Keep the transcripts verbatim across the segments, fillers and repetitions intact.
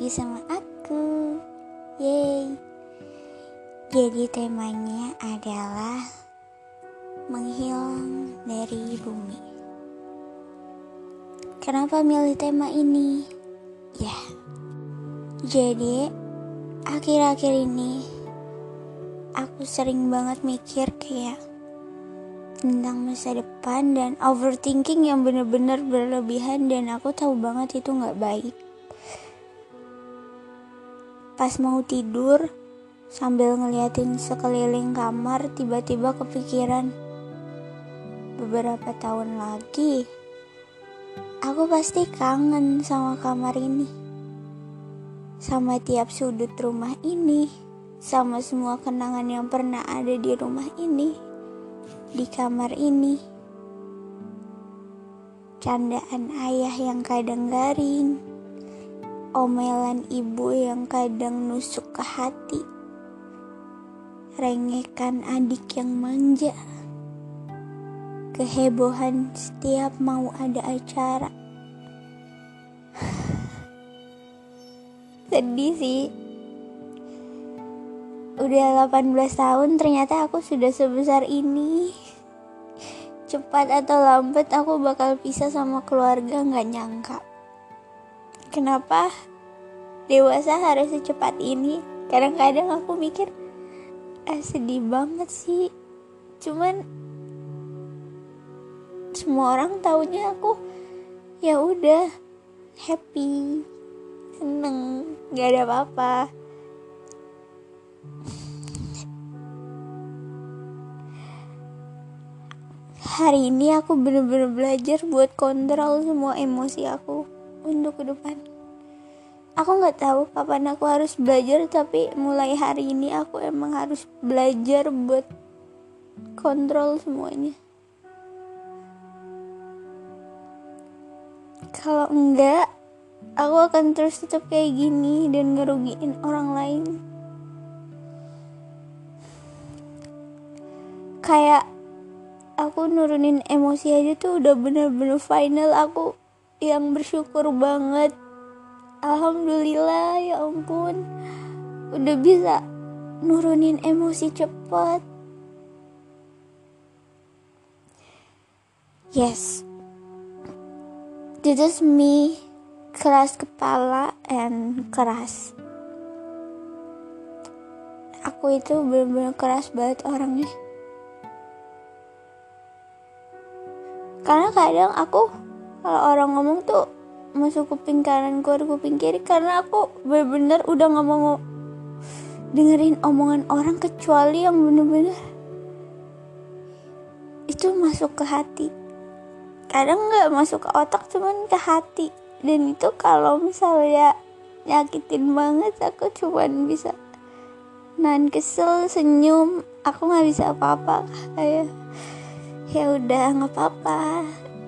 lagi sama aku. Yeay. Jadi temanya adalah menghilang dari bumi. Kenapa milih tema ini? Ya, jadi akhir-akhir ini aku sering banget mikir kayak tentang masa depan dan overthinking yang bener-bener berlebihan, dan aku tahu banget itu gak baik. Pas mau tidur sambil ngeliatin sekeliling kamar, tiba-tiba kepikiran, beberapa tahun lagi aku pasti kangen sama kamar ini, sama tiap sudut rumah ini, sama semua kenangan yang pernah ada di rumah ini, di kamar ini. Candaan ayah yang kadang garing, omelan ibu yang kadang nusuk ke hati, rengekan adik yang manja, kehebohan setiap mau ada acara. Sedih sih. Udah delapan belas tahun ternyata aku sudah sebesar ini. Cepat atau lambat aku bakal pisah sama keluarga, gak nyangka. Kenapa dewasa harus secepat ini? Kadang-kadang aku mikir, ah sedih banget sih. Cuman semua orang taunya aku ya udah happy, seneng, gak ada apa-apa. Hari ini aku bener-bener belajar buat kontrol semua emosi aku untuk ke depan. Aku gak tahu kapan aku harus belajar, tapi mulai hari ini aku emang harus belajar buat kontrol semuanya. Kalau enggak, aku akan terus tetap kayak gini dan ngerugiin orang lain. Kayak aku nurunin emosi aja tuh udah bener-bener final. Aku yang bersyukur banget. Alhamdulillah, ya ampun, udah bisa nurunin emosi cepat. Yes, this is me, keras kepala and keras. Aku itu bener-bener keras banget orangnya. Karena kadang aku kalau orang ngomong tuh masuk kuping kanan keluar kuping kiri, karena aku bener-bener udah gak mau dengerin omongan orang kecuali yang bener-bener itu masuk ke hati. Kadang gak masuk ke otak, cuman ke hati. Dan itu kalau misalnya nyakitin banget, aku cuman bisa nahan kesel, senyum. Aku gak bisa apa-apa, kayak ya udah nggak apa-apa.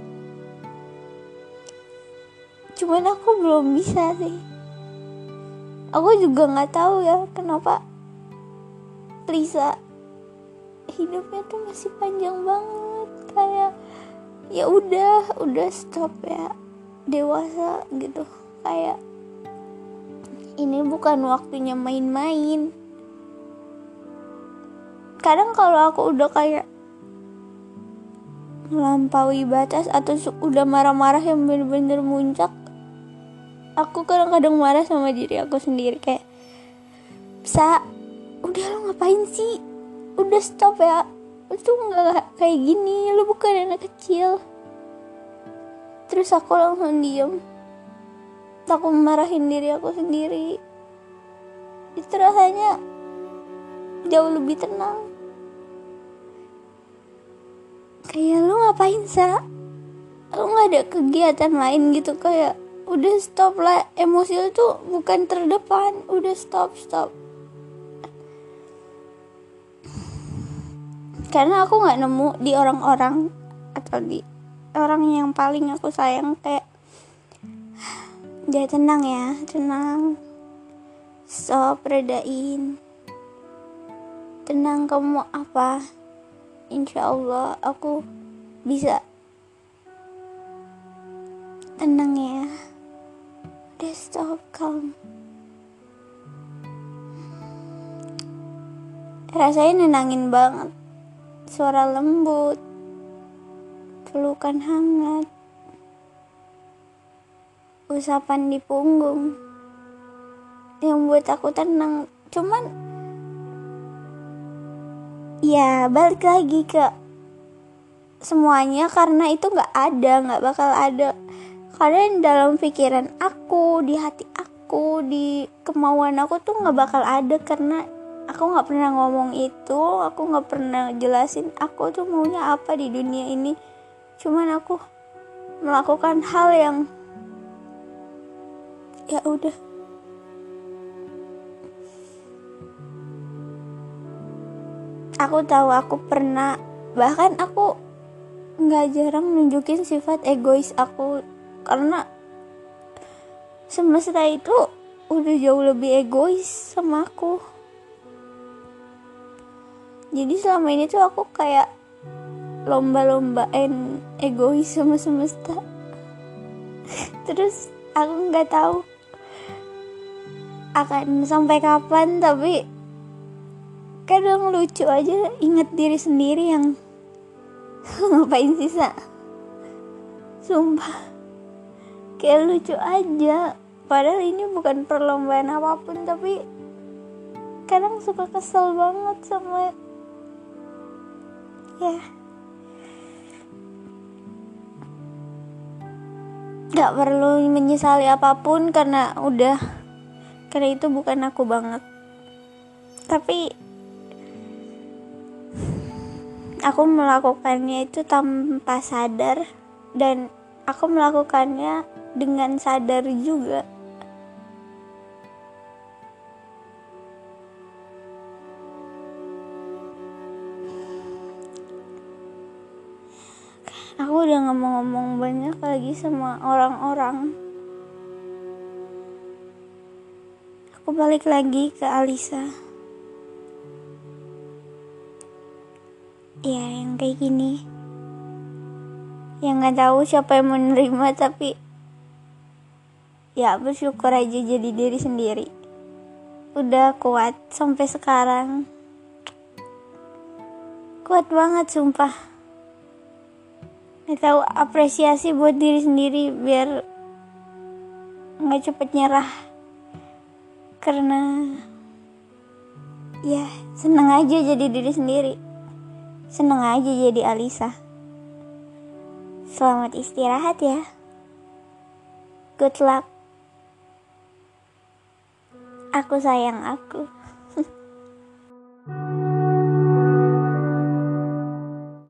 Cuman aku belum bisa sih. Aku juga nggak tahu ya kenapa Lisa hidupnya tuh masih panjang banget. Kayak ya udah udah stop ya, dewasa gitu. Kayak ini bukan waktunya main-main. Kadang kalau aku udah kayak melampaui batas atau udah marah-marah yang bener-bener muncak, aku kadang-kadang marah sama diri aku sendiri. Kayak, Sa, udah lo ngapain sih? Udah stop ya. Lu tuh gak kayak gini, lu bukan anak kecil. Terus aku langsung diem. Aku marahin diri aku sendiri. Itu rasanya jauh lebih tenang. Kayak lu ngapain, Sa? Lu gak ada kegiatan lain gitu? Kayak udah stop lah. Emosi lu tuh bukan terdepan. Udah stop, stop. Karena aku gak nemu di orang-orang atau di orang yang paling aku sayang kayak, dia tenang ya, tenang. Stop, redain. Tenang, kamu mau apa? Insya Allah aku bisa. Tenang ya. Udah stop, calm. rasanya nenangin banget. Suara lembut, pelukan hangat, usapan di punggung yang buat aku tenang. Cuman ya balik lagi ke semuanya, karena itu gak ada, gak bakal ada. Karena dalam pikiran aku, di hati aku, di kemauan aku tuh gak bakal ada. Karena aku gak pernah ngomong itu, aku gak pernah jelasin aku tuh maunya apa di dunia ini. Cuman aku melakukan hal yang ya udah. Aku tahu aku pernah, bahkan aku gak jarang nunjukin sifat egois aku, karena semesta itu udah jauh lebih egois sama aku. Jadi selama ini tuh aku kayak lomba-lombain egois sama semesta. Terus aku gak tahu akan sampai kapan, tapi kadang lucu aja inget diri sendiri yang ngapain sisa. Sumpah kayak lucu aja, padahal ini bukan perlombaan apapun, tapi kadang suka kesel banget sama ya. Gak perlu menyesali apapun, karena udah, karena itu bukan aku banget. Tapi aku melakukannya itu tanpa sadar, dan aku melakukannya dengan sadar juga. Aku udah ngomong-ngomong banyak lagi sama orang-orang. Aku balik lagi ke Alisa. Ya, yang kayak gini, yang nggak tahu siapa yang menerima, tapi ya bersyukur aja jadi diri sendiri. Udah kuat sampai sekarang, kuat banget sumpah. Nggak tahu apresiasi buat diri sendiri biar nggak cepet nyerah, karena ya seneng aja jadi diri sendiri. Seneng aja jadi Alisa. Selamat istirahat ya. Good luck. Aku sayang aku.